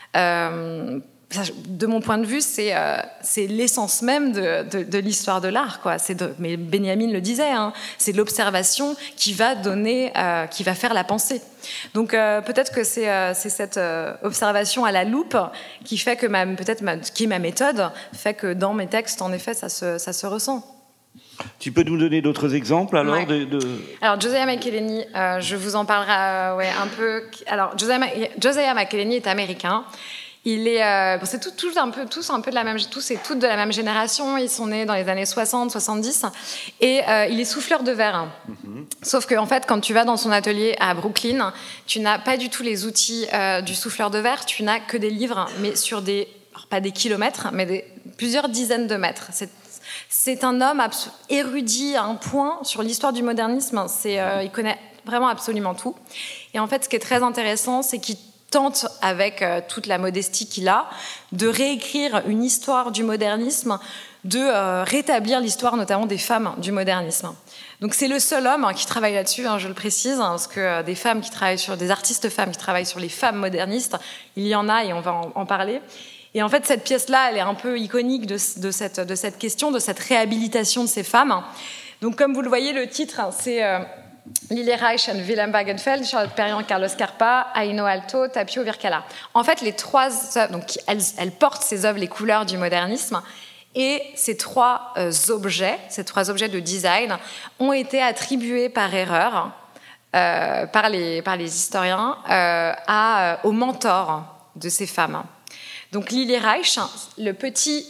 Speaker 2: De mon point de vue, c'est l'essence même de l'histoire de l'art, quoi. Mais Benjamin le disait, hein, c'est l'observation qui va qui va faire la pensée. Donc peut-être que c'est cette observation à la loupe qui fait que qui est ma méthode, fait que dans mes textes, en effet, ça se ressent.
Speaker 1: Tu peux nous donner d'autres exemples alors
Speaker 2: Alors Josiah McElhenney, je vous en parlerai un peu. Alors Josiah McElhenney est américain. Il est, c'est tous un peu de la même, tous et toutes de la même génération. Ils sont nés dans les années 60, 70, et il est souffleur de verre. Sauf que en fait, quand tu vas dans son atelier à Brooklyn, tu n'as pas du tout les outils du souffleur de verre. Tu n'as que des livres, mais sur pas des kilomètres, mais plusieurs dizaines de mètres. C'est un homme érudit à un point sur l'histoire du modernisme. Il connaît vraiment absolument tout. Et en fait, ce qui est très intéressant, c'est qu'il tente, avec toute la modestie qu'il a, de réécrire une histoire du modernisme, de rétablir l'histoire notamment des femmes du modernisme. Donc c'est le seul homme qui travaille là-dessus, je le précise, parce que des artistes femmes qui travaillent sur les femmes modernistes, il y en a et on va en parler. Et en fait, cette pièce-là, elle est un peu iconique de cette question, de cette réhabilitation de ces femmes. Donc comme vous le voyez, le titre, c'est... Lili Reich, Willem Wagenfeld, Charlotte Perriand, Carlos Carpa, Aino Alto, Tapio Virkala. En fait, les trois œuvres, donc elles portent ces œuvres les couleurs du modernisme, et ces trois objets de design ont été attribués par erreur par les historiens au mentor de ces femmes. Donc Lili Reich, le petit.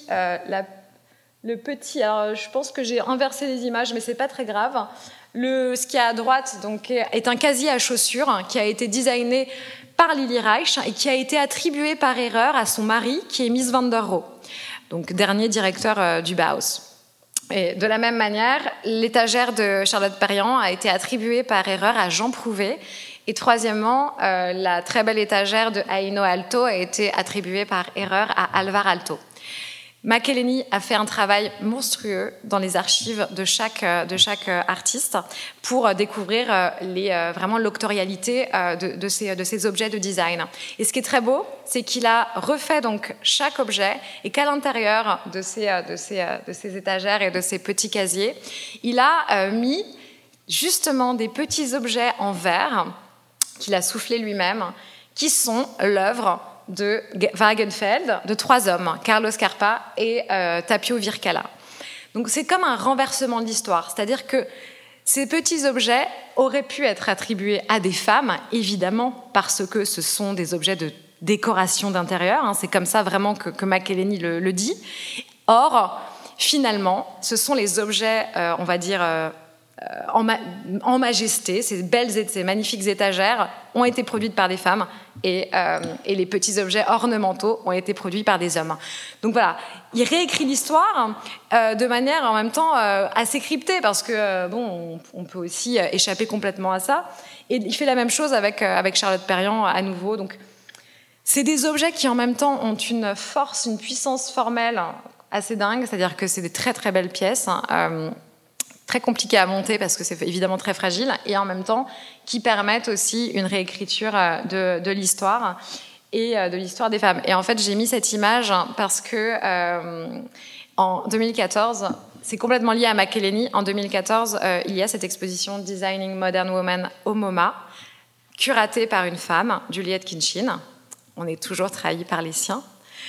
Speaker 2: Alors je pense que j'ai inversé les images, mais c'est pas très grave. Ce qui est à droite donc, est un casier à chaussures qui a été designé par Lili Reich et qui a été attribué par erreur à son mari, qui est Mies van der Rohe, donc dernier directeur du Bauhaus. Et de la même manière, l'étagère de Charlotte Perriand a été attribuée par erreur à Jean Prouvé. Et troisièmement, la très belle étagère de Aino Alto a été attribuée par erreur à Alvar Aalto. McElhenney a fait un travail monstrueux dans les archives de chaque artiste pour découvrir vraiment l'octorialité de ces objets de design. Et ce qui est très beau, c'est qu'il a refait donc chaque objet et qu'à l'intérieur de ces étagères et de ces petits casiers, il a mis justement des petits objets en verre qu'il a soufflé lui-même, qui sont l'œuvre de Wagenfeld, de trois hommes, Carlos Carpa et Tapio Virkala. Donc c'est comme un renversement de l'histoire, c'est-à-dire que ces petits objets auraient pu être attribués à des femmes, évidemment, parce que ce sont des objets de décoration d'intérieur, c'est comme ça vraiment que McElhenney le dit. Or, finalement, ce sont les objets, on va dire... en majesté, ces belles et ces magnifiques étagères ont été produites par des femmes et les petits objets ornementaux ont été produits par des hommes. Donc voilà, il réécrit l'histoire de manière en même temps assez cryptée parce que on peut aussi échapper complètement à ça. Et il fait la même chose avec Charlotte Perriand à nouveau. Donc c'est des objets qui en même temps ont une force, une puissance formelle assez dingue, c'est-à-dire que c'est des très très belles pièces, très compliquées à monter parce que c'est évidemment très fragile, et en même temps qui permettent aussi une réécriture de l'histoire et de l'histoire des femmes. Et en fait, j'ai mis cette image parce que en 2014, c'est complètement lié à McElhenney. En 2014, il y a cette exposition Designing Modern Women au MoMA, curatée par une femme, Juliette Kinchin. On est toujours trahi par les siens.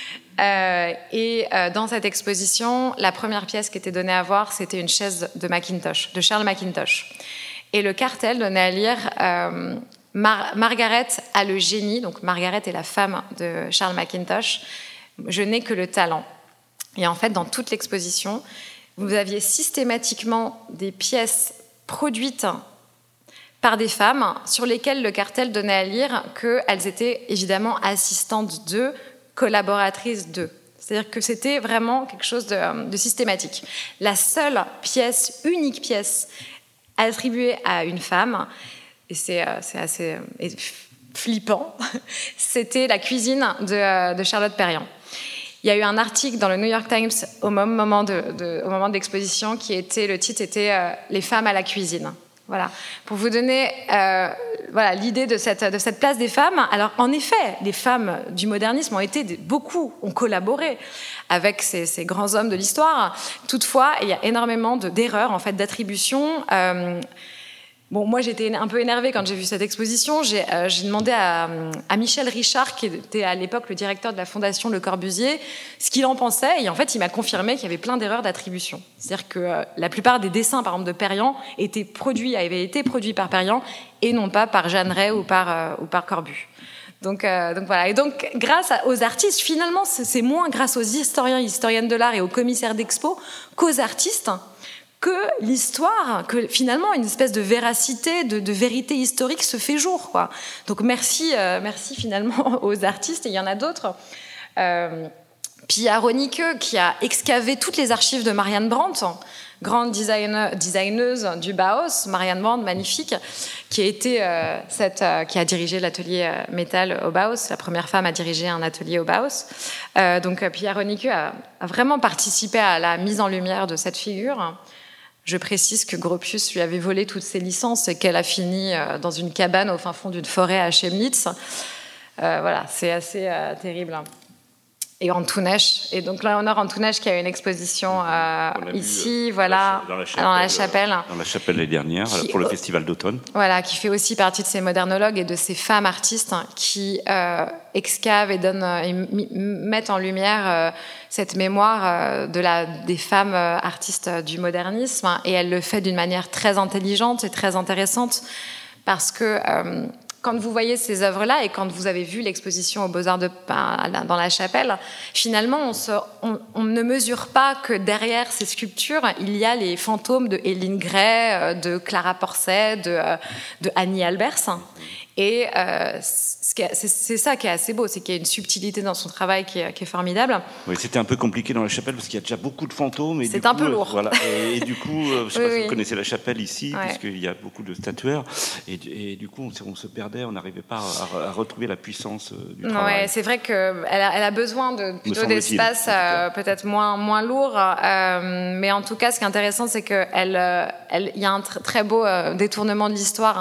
Speaker 2: Dans cette exposition, la première pièce qui était donnée à voir, c'était une chaise de Macintosh, de Charles Mackintosh. Et le cartel donnait à lire Margaret a le génie, donc Margaret est la femme de Charles Mackintosh, je n'ai que le talent. Et en fait, dans toute l'exposition, vous aviez systématiquement des pièces produites par des femmes sur lesquelles le cartel donnait à lire qu'elles étaient évidemment assistantes d'eux, collaboratrices d'eux. C'est-à-dire que c'était vraiment quelque chose de systématique. La seule pièce, unique pièce attribuée à une femme, et c'est assez flippant, c'était la cuisine de Charlotte Perriand. Il y a eu un article dans le New York Times au moment de l'exposition qui était, le titre était Les femmes à la cuisine. Voilà, pour vous donner l'idée de cette place des femmes. Alors, en effet, les femmes du modernisme beaucoup ont collaboré avec ces grands hommes de l'histoire. Toutefois, il y a énormément d'erreurs, en fait, d'attributions. Bon, moi, j'étais un peu énervée quand j'ai vu cette exposition. J'ai demandé à Michel Richard, qui était à l'époque le directeur de la Fondation Le Corbusier, ce qu'il en pensait. Et en fait, il m'a confirmé qu'il y avait plein d'erreurs d'attribution. C'est-à-dire que la plupart des dessins, par exemple, de Perriand, avaient été produits par Perriand et non pas par Jeanneret ou par Corbu. Donc voilà. Et donc, grâce aux artistes, finalement, c'est moins grâce aux historiens et historiennes de l'art et aux commissaires d'expo qu'aux artistes, que l'histoire, que finalement une espèce de véracité, de vérité historique se fait jour, quoi. Donc merci finalement aux artistes, et il y en a d'autres. Pia Ronique, qui a excavé toutes les archives de Marianne Brandt, grande designeuse du Bauhaus, Marianne Brandt, magnifique, qui a dirigé l'atelier métal au Bauhaus, la première femme à diriger un atelier au Bauhaus. Donc Pia Ronique a vraiment participé à la mise en lumière de cette figure. Je précise que Gropius lui avait volé toutes ses licences et qu'elle a fini dans une cabane au fin fond d'une forêt à Chemnitz. Voilà, c'est assez terrible. Et Antunes. Et donc là, Honor Antunes qui a une exposition ici, voilà, dans la chapelle.
Speaker 1: Dans la chapelle l'année dernière, pour le festival d'automne.
Speaker 2: Voilà, qui fait aussi partie de ces modernologues et de ces femmes artistes qui excavent et mettent en lumière cette mémoire des femmes artistes du modernisme. Et elle le fait d'une manière très intelligente et très intéressante parce que quand vous voyez ces œuvres-là et quand vous avez vu l'exposition aux Beaux-Arts dans la chapelle, finalement, on ne mesure pas que derrière ces sculptures, il y a les fantômes de Hélène Gray, de Clara Porset, de Annie Albers. Et c'est ça qui est assez beau, c'est qu'il y a une subtilité dans son travail qui est formidable.
Speaker 1: Oui, c'était un peu compliqué dans la chapelle parce qu'il y a déjà beaucoup de fantômes.
Speaker 2: C'est un peu lourd.
Speaker 1: Voilà. Et du coup, je ne sais pas si vous connaissez la chapelle ici, puisqu'il y a beaucoup de statuaires. Et du coup, on se perdait, on n'arrivait pas à retrouver la puissance du travail.
Speaker 2: Oui, c'est vrai qu'elle a besoin plutôt d'espace peut-être moins lourd. Mais en tout cas, ce qui est intéressant, c'est qu'il y a un très beau détournement de l'histoire,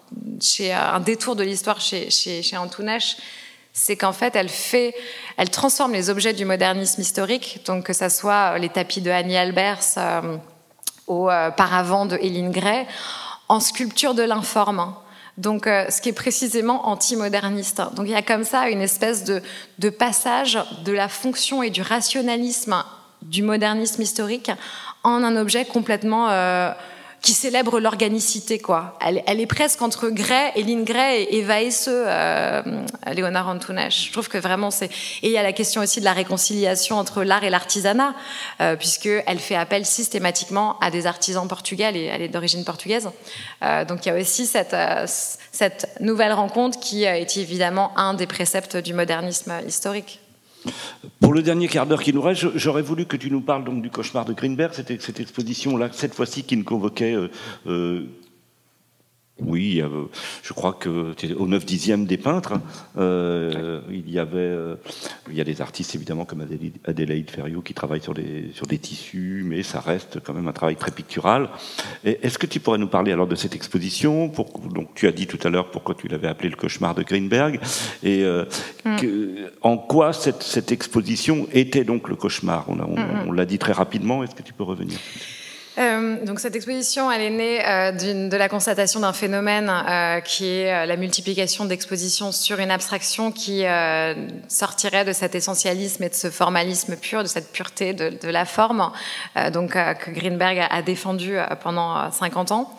Speaker 2: un détour de l'histoire chez Antunes, c'est qu'en fait, elle transforme les objets du modernisme historique, donc que ça soit les tapis de Annie Albers au paravent de Hélène Gray, en sculpture de l'informe. Donc, ce qui est précisément anti-moderniste. Donc, il y a comme ça une espèce de passage de la fonction et du rationalisme du modernisme historique en un objet complètement qui célèbre l'organicité, quoi. Elle est presque entre Gray, Hélène Gray et Eva Hesse, Léonard Antunes. Je trouve que vraiment et il y a la question aussi de la réconciliation entre l'art et l'artisanat, puisqu'elle fait appel systématiquement à des artisans portugais, elle est d'origine portugaise. Donc il y a aussi cette nouvelle rencontre qui est évidemment un des préceptes du modernisme historique.
Speaker 1: Pour le dernier quart d'heure qui nous reste, j'aurais voulu que tu nous parles donc du cauchemar de Greenberg, cette exposition-là, cette fois-ci qui ne convoquait Oui, je crois que au 9/10 des peintres, il y a des artistes évidemment comme Adélaïde Ferriot qui travaillent sur des tissus, mais ça reste quand même un travail très pictural. Est-ce que tu pourrais nous parler alors de cette exposition donc tu as dit tout à l'heure pourquoi tu l'avais appelé le cauchemar de Greenberg, et en quoi cette exposition était donc le cauchemar? On l'a dit très rapidement, est-ce que tu peux revenir?
Speaker 2: Donc cette exposition, elle est née de la constatation d'un phénomène qui est la multiplication d'expositions sur une abstraction qui sortirait de cet essentialisme et de ce formalisme pur, de cette pureté de la forme, que Greenberg a défendu pendant 50 ans.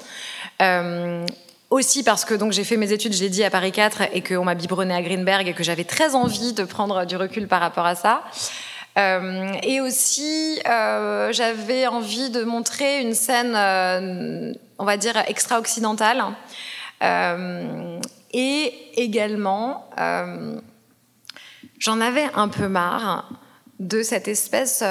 Speaker 2: Aussi parce que donc j'ai fait mes études, je l'ai dit, à Paris 4 et qu'on m'a biberonné à Greenberg et que j'avais très envie de prendre du recul par rapport à ça. Et aussi, j'avais envie de montrer une scène, on va dire, extra-occidentale. Et également, j'en avais un peu marre de cette espèce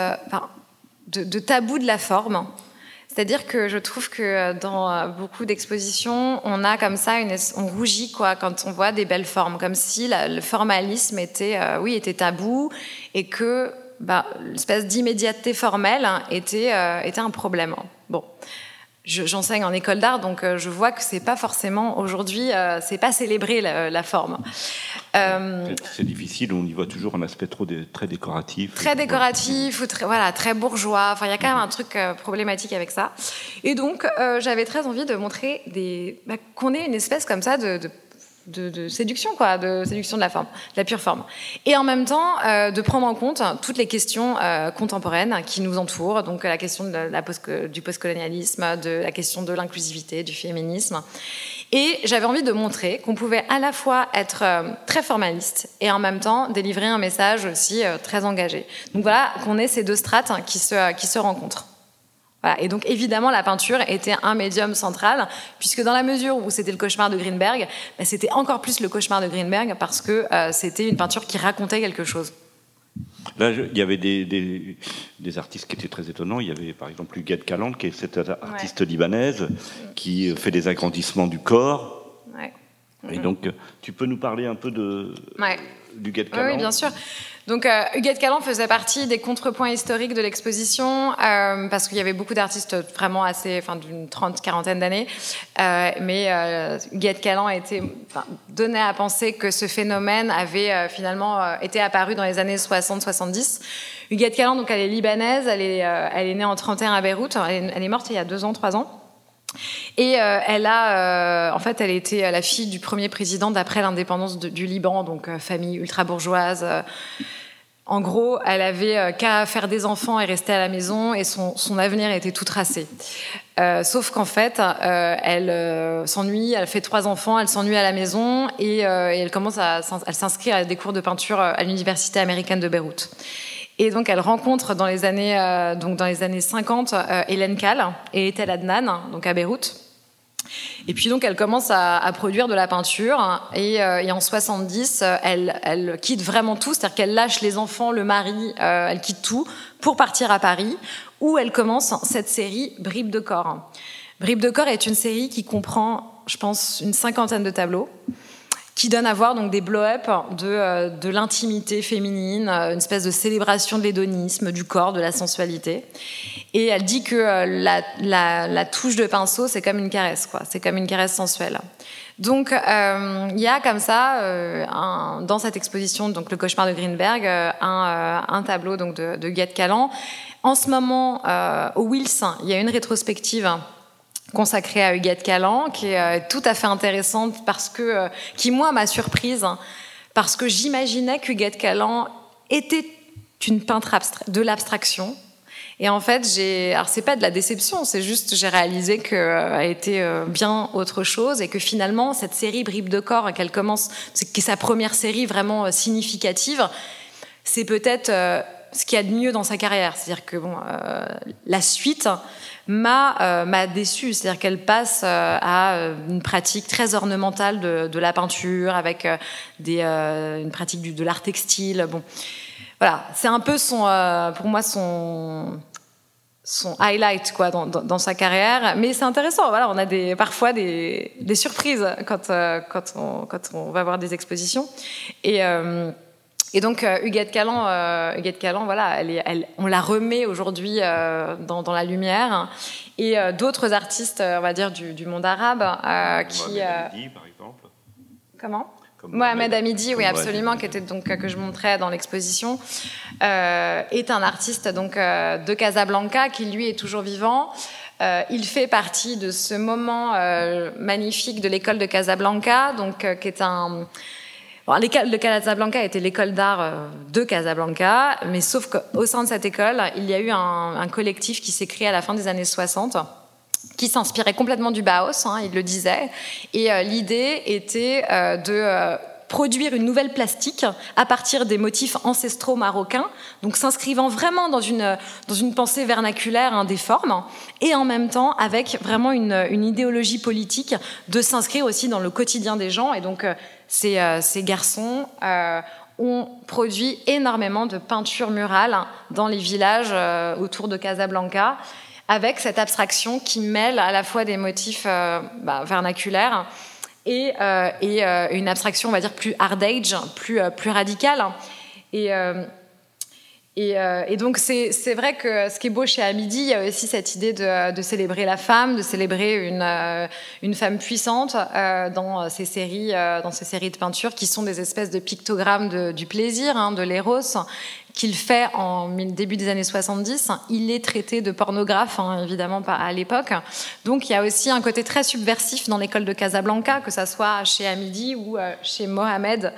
Speaker 2: de tabou de la forme. C'est-à-dire que je trouve que dans beaucoup d'expositions, on a comme ça, on rougit quoi, quand on voit des belles formes, comme si le formalisme était tabou et que l'espèce d'immédiateté formelle était un problème. Bon, j'enseigne en école d'art, donc je vois que c'est pas forcément aujourd'hui, c'est pas célébrer la forme.
Speaker 1: C'est difficile, on y voit toujours un aspect très décoratif.
Speaker 2: Très décoratif, ou très bourgeois. Enfin, il y a quand même un truc problématique avec ça. Et donc, j'avais très envie de montrer qu'on ait une espèce comme ça de séduction, quoi, de séduction de la forme, de la pure forme. Et en même temps, de prendre en compte toutes les questions contemporaines qui nous entourent, donc la question du postcolonialisme, de la question de l'inclusivité, du féminisme. Et j'avais envie de montrer qu'on pouvait à la fois être très formaliste et en même temps délivrer un message aussi très engagé. Donc voilà, qu'on ait ces deux strates qui se rencontrent. Voilà. Et donc évidemment la peinture était un médium central, puisque dans la mesure où c'était le cauchemar de Greenberg, c'était encore plus le cauchemar de Greenberg parce que c'était une peinture qui racontait quelque chose.
Speaker 1: Là, il y avait des artistes qui étaient très étonnants. Il y avait par exemple Huguette Caland, qui est cette artiste libanaise qui fait des agrandissements du corps. Ouais. Et donc, tu peux nous parler un peu d'Huguette Caland?
Speaker 2: Oui, bien sûr. Donc, Huguette Caland faisait partie des contrepoints historiques de l'exposition parce qu'il y avait beaucoup d'artistes vraiment d'une quarantaine d'années. Mais Huguette Caland donnait à penser que ce phénomène avait finalement été apparu dans les années 60-70. Huguette Caland, donc, elle est libanaise, elle est née en 1931 à Beyrouth. Elle est morte il y a 2 ans, 3 ans. Et elle était la fille du premier président d'après l'indépendance du Liban, donc famille ultra-bourgeoise. En gros, elle avait qu'à faire des enfants et rester à la maison, et son avenir était tout tracé. Sauf qu'en fait, elle s'ennuie, elle fait 3 enfants, elle s'ennuie à la maison, et elle s'inscrit à des cours de peinture à l'université américaine de Beyrouth. Et donc, elle rencontre dans les années 50 Hélène Kahl et Etel Adnan, donc à Beyrouth. Et puis donc, elle commence à produire de la peinture. Et en 70, elle quitte vraiment tout, c'est-à-dire qu'elle lâche les enfants, le mari, elle quitte tout pour partir à Paris, où elle commence cette série Bribes de corps. Bribes de corps est une série qui comprend, je pense, une 50aine de tableaux, qui donne à voir donc des blow-up de l'intimité féminine, une espèce de célébration de l'hédonisme, du corps, de la sensualité. Et elle dit que la touche de pinceau, c'est comme une caresse, quoi. C'est comme une caresse sensuelle. Donc, il y a comme ça, dans cette exposition, donc le cauchemar de Greenberg, un tableau donc de Huguette Caland. En ce moment, au Wills, il y a une rétrospective consacrée à Huguette Caland, qui est tout à fait intéressante qui moi m'a surprise, parce que j'imaginais qu'Huguette Caland était une peintre de l'abstraction. Et en fait, alors c'est pas de la déception, c'est juste j'ai réalisé qu'elle était bien autre chose, et que finalement cette série Bribes de corps qui est sa première série vraiment significative, c'est peut-être ce qu'il y a de mieux dans sa carrière. C'est-à-dire que la suite m'a déçue, c'est-à-dire qu'elle passe à une pratique très ornementale de la peinture, avec une pratique de l'art textile. Bon, voilà, c'est un peu pour moi son highlight quoi dans sa carrière, mais c'est intéressant. Voilà, on a parfois des surprises quand on va voir des expositions. Et donc Huguette Callan, voilà, on la remet aujourd'hui dans la lumière. Et d'autres artistes, on va dire du monde arabe, qui
Speaker 1: Mohamed Hamidi, par exemple.
Speaker 2: Comment? Mohamed Hamidi, oui, absolument, qui était donc que je montrais dans l'exposition, est un artiste donc de Casablanca qui lui est toujours vivant. Il fait partie de ce moment magnifique de l'école de Casablanca, donc qui est un. Bon, l'école de Casablanca était l'école d'art de Casablanca, mais sauf qu'au sein de cette école, il y a eu un collectif qui s'est créé à la fin des années 60. Qui s'inspirait complètement du Bauhaus, il le disait. Et l'idée était de produire une nouvelle plastique à partir des motifs ancestraux marocains, donc s'inscrivant vraiment dans une pensée vernaculaire des formes, et en même temps avec vraiment une idéologie politique de s'inscrire aussi dans le quotidien des gens. Et donc ces garçons ont produit énormément de peintures murales dans les villages autour de Casablanca, avec cette abstraction qui mêle à la fois des motifs vernaculaires et une abstraction, on va dire, plus hard age, plus radicale. Et donc c'est vrai que ce qui est beau chez Hamidi, il y a aussi cette idée de célébrer la femme, de célébrer une femme puissante dans ces séries de peintures qui sont des espèces de pictogrammes du plaisir, de l'éros, qu'il fait en début des années 70. Il est traité de pornographe, évidemment, à l'époque. Donc il y a aussi un côté très subversif dans l'école de Casablanca, que ça soit chez Hamidi ou chez Mohamed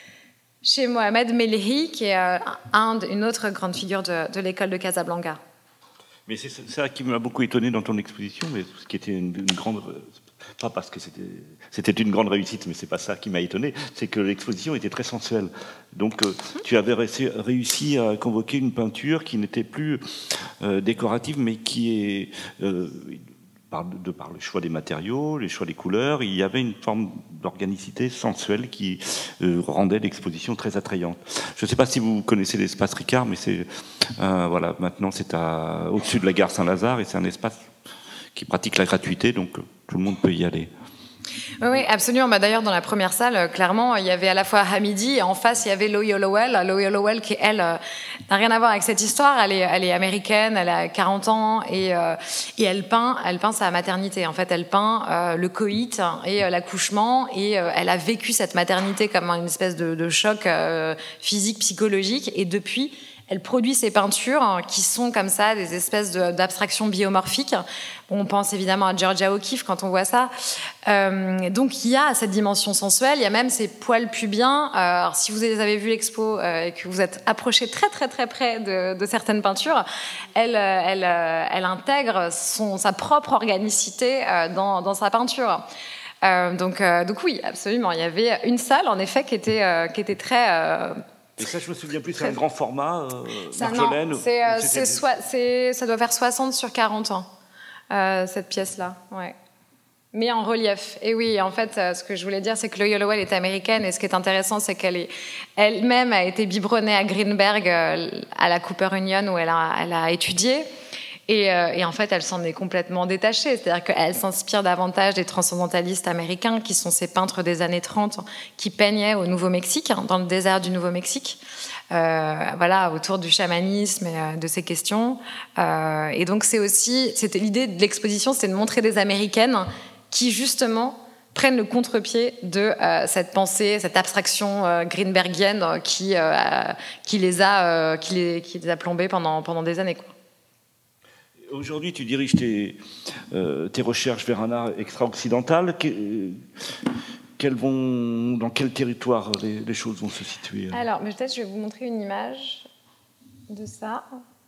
Speaker 2: Melehi, qui est une autre grande figure de l'école de Casablanca.
Speaker 1: Mais c'est ça qui m'a beaucoup étonné dans ton exposition, mais ce qui était une grande... Pas parce que c'était une grande réussite, mais c'est pas ça qui m'a étonné, c'est que l'exposition était très sensuelle. Donc tu avais réussi à convoquer une peinture qui n'était plus décorative, mais qui est... par le choix des matériaux, les choix des couleurs, il y avait une forme d'organicité sensuelle qui rendait l'exposition très attrayante. Je ne sais pas si vous connaissez l'espace Ricard, mais c'est voilà, maintenant c'est au-dessus de la gare Saint-Lazare et c'est un espace qui pratique la gratuité, donc tout le monde peut y aller.
Speaker 2: Oui, absolument. D'ailleurs, dans la première salle, clairement, il y avait à la fois Hamidi et en face, il y avait Loie Lowell, qui, elle, n'a rien à voir avec cette histoire. Elle est américaine, elle a 40 ans et elle peint sa maternité. En fait, elle peint le coït et l'accouchement et elle a vécu cette maternité comme une espèce de choc physique, psychologique. Et depuis, elle produit ces peintures qui sont comme ça, des espèces d'abstractions biomorphiques. On pense évidemment à Georgia O'Keeffe quand on voit ça. Donc il y a cette dimension sensuelle, il y a même ces poils pubiens. Alors, si vous avez vu l'expo et que vous êtes approché très très très près de certaines peintures, elle intègre sa propre organicité dans sa peinture. Donc oui, absolument. Il y avait une salle en effet qui était très...
Speaker 1: Et ça, je me souviens plus, c'est un grand format,
Speaker 2: Marjolaine. Ça doit faire 60 sur 40 ans, cette pièce-là, ouais. Mais en relief. Et oui, en fait, ce que je voulais dire, c'est que Loie Lowell est américaine, et ce qui est intéressant, c'est qu'elle elle-même a été biberonnée à Greenberg, à la Cooper Union, où elle a étudié. Et en fait, elle s'en est complètement détachée. C'est-à-dire qu'elle s'inspire davantage des transcendantalistes américains, qui sont ces peintres des années 30 qui peignaient au Nouveau-Mexique, dans le désert du Nouveau-Mexique, voilà, autour du chamanisme et de ces questions. Et donc, c'était l'idée de l'exposition, c'était de montrer des Américaines qui, justement, prennent le contre-pied de cette pensée, cette abstraction greenbergienne qui les a plombées pendant des années, quoi.
Speaker 1: Aujourd'hui, tu diriges tes recherches vers un art extra-occidental. Dans quel territoire les choses vont se situer?
Speaker 2: Alors, peut-être je vais vous montrer une image de ça.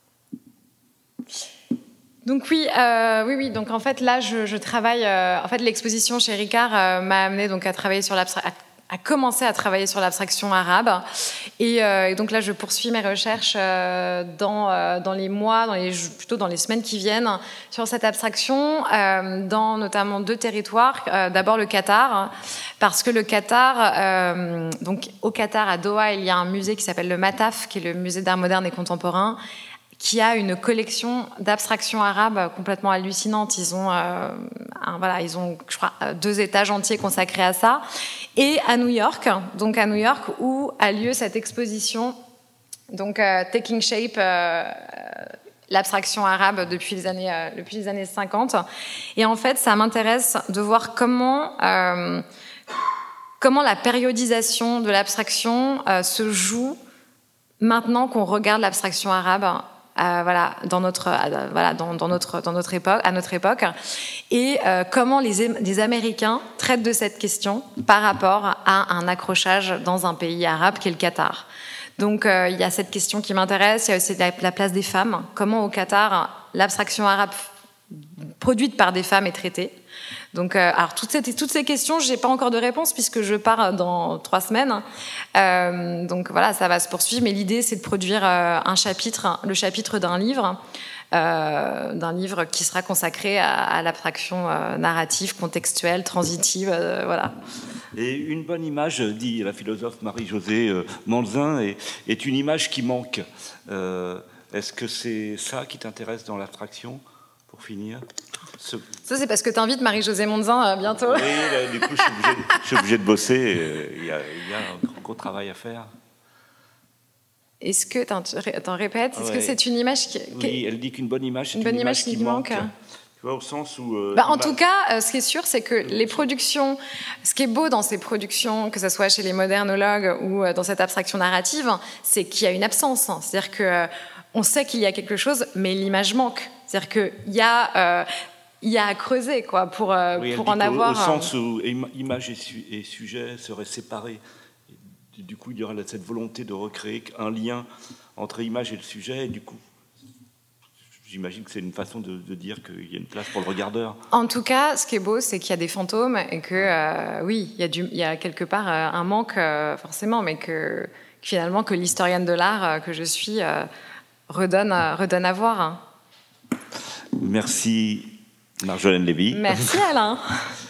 Speaker 2: Donc oui. Donc en fait, là, je travaille. En fait, l'exposition chez Ricard m'a amené donc à travailler sur à commencer à travailler sur l'abstraction arabe. Et donc là, je poursuis mes recherches dans les mois, plutôt dans les semaines qui viennent, sur cette abstraction, dans notamment 2 territoires. D'abord le Qatar, parce que le Qatar, donc au Qatar, à Doha, il y a un musée qui s'appelle le Mataf, qui est le musée d'art moderne et contemporain, qui a une collection d'abstractions arabes complètement hallucinante. Ils ont, je crois, 2 étages entiers consacrés à ça. Et à New York, où a lieu cette exposition, donc Taking Shape, l'abstraction arabe depuis les années 50. Et en fait, ça m'intéresse de voir comment la périodisation de l'abstraction se joue maintenant qu'on regarde l'abstraction arabe dans notre époque, et comment les Américains traitent de cette question par rapport à un accrochage dans un pays arabe qu'est le Qatar. Donc il y a cette question qui m'intéresse, il y a aussi la place des femmes, comment au Qatar l'abstraction arabe produite par des femmes est traitée. Donc, alors toutes ces questions, j'ai pas encore de réponse puisque je pars dans 3 semaines. Donc voilà, ça va se poursuivre. Mais l'idée, c'est de produire le chapitre d'un livre qui sera consacré à l'abstraction narrative, contextuelle, transitive, voilà.
Speaker 1: Et une bonne image, dit la philosophe Marie-Josée Manzin, est une image qui manque. Est-ce que c'est ça qui t'intéresse dans l'abstraction, pour finir?
Speaker 2: Ça, c'est parce que tu invites Marie-Josée Monzin bientôt.
Speaker 1: Oui, du coup, je suis obligé de bosser. Il y a un gros travail à faire.
Speaker 2: Est-ce que, t'en répètes, est-ce que c'est une image qui...
Speaker 1: Oui, elle dit qu'une bonne image, c'est une image qui manque. Tu vois, au sens où...
Speaker 2: en tout cas, ce qui est sûr, c'est que les productions... Ce qui est beau dans ces productions, que ce soit chez les modernologues ou dans cette abstraction narrative, c'est qu'il y a une absence. C'est-à-dire qu'on sait qu'il y a quelque chose, mais l'image manque. C'est-à-dire qu'il y a... Il y a à creuser, quoi, pour en avoir...
Speaker 1: Au sens où image et sujet seraient séparés. Et du coup, il y aura cette volonté de recréer un lien entre image et le sujet. Et du coup, j'imagine que c'est une façon de dire qu'il y a une place pour le regardeur.
Speaker 2: En tout cas, ce qui est beau, c'est qu'il y a des fantômes et que, oui, il y a quelque part un manque, forcément, mais que finalement, que l'historienne de l'art que je suis redonne à voir.
Speaker 1: Merci Marjolaine Lévy.
Speaker 2: Merci Alain.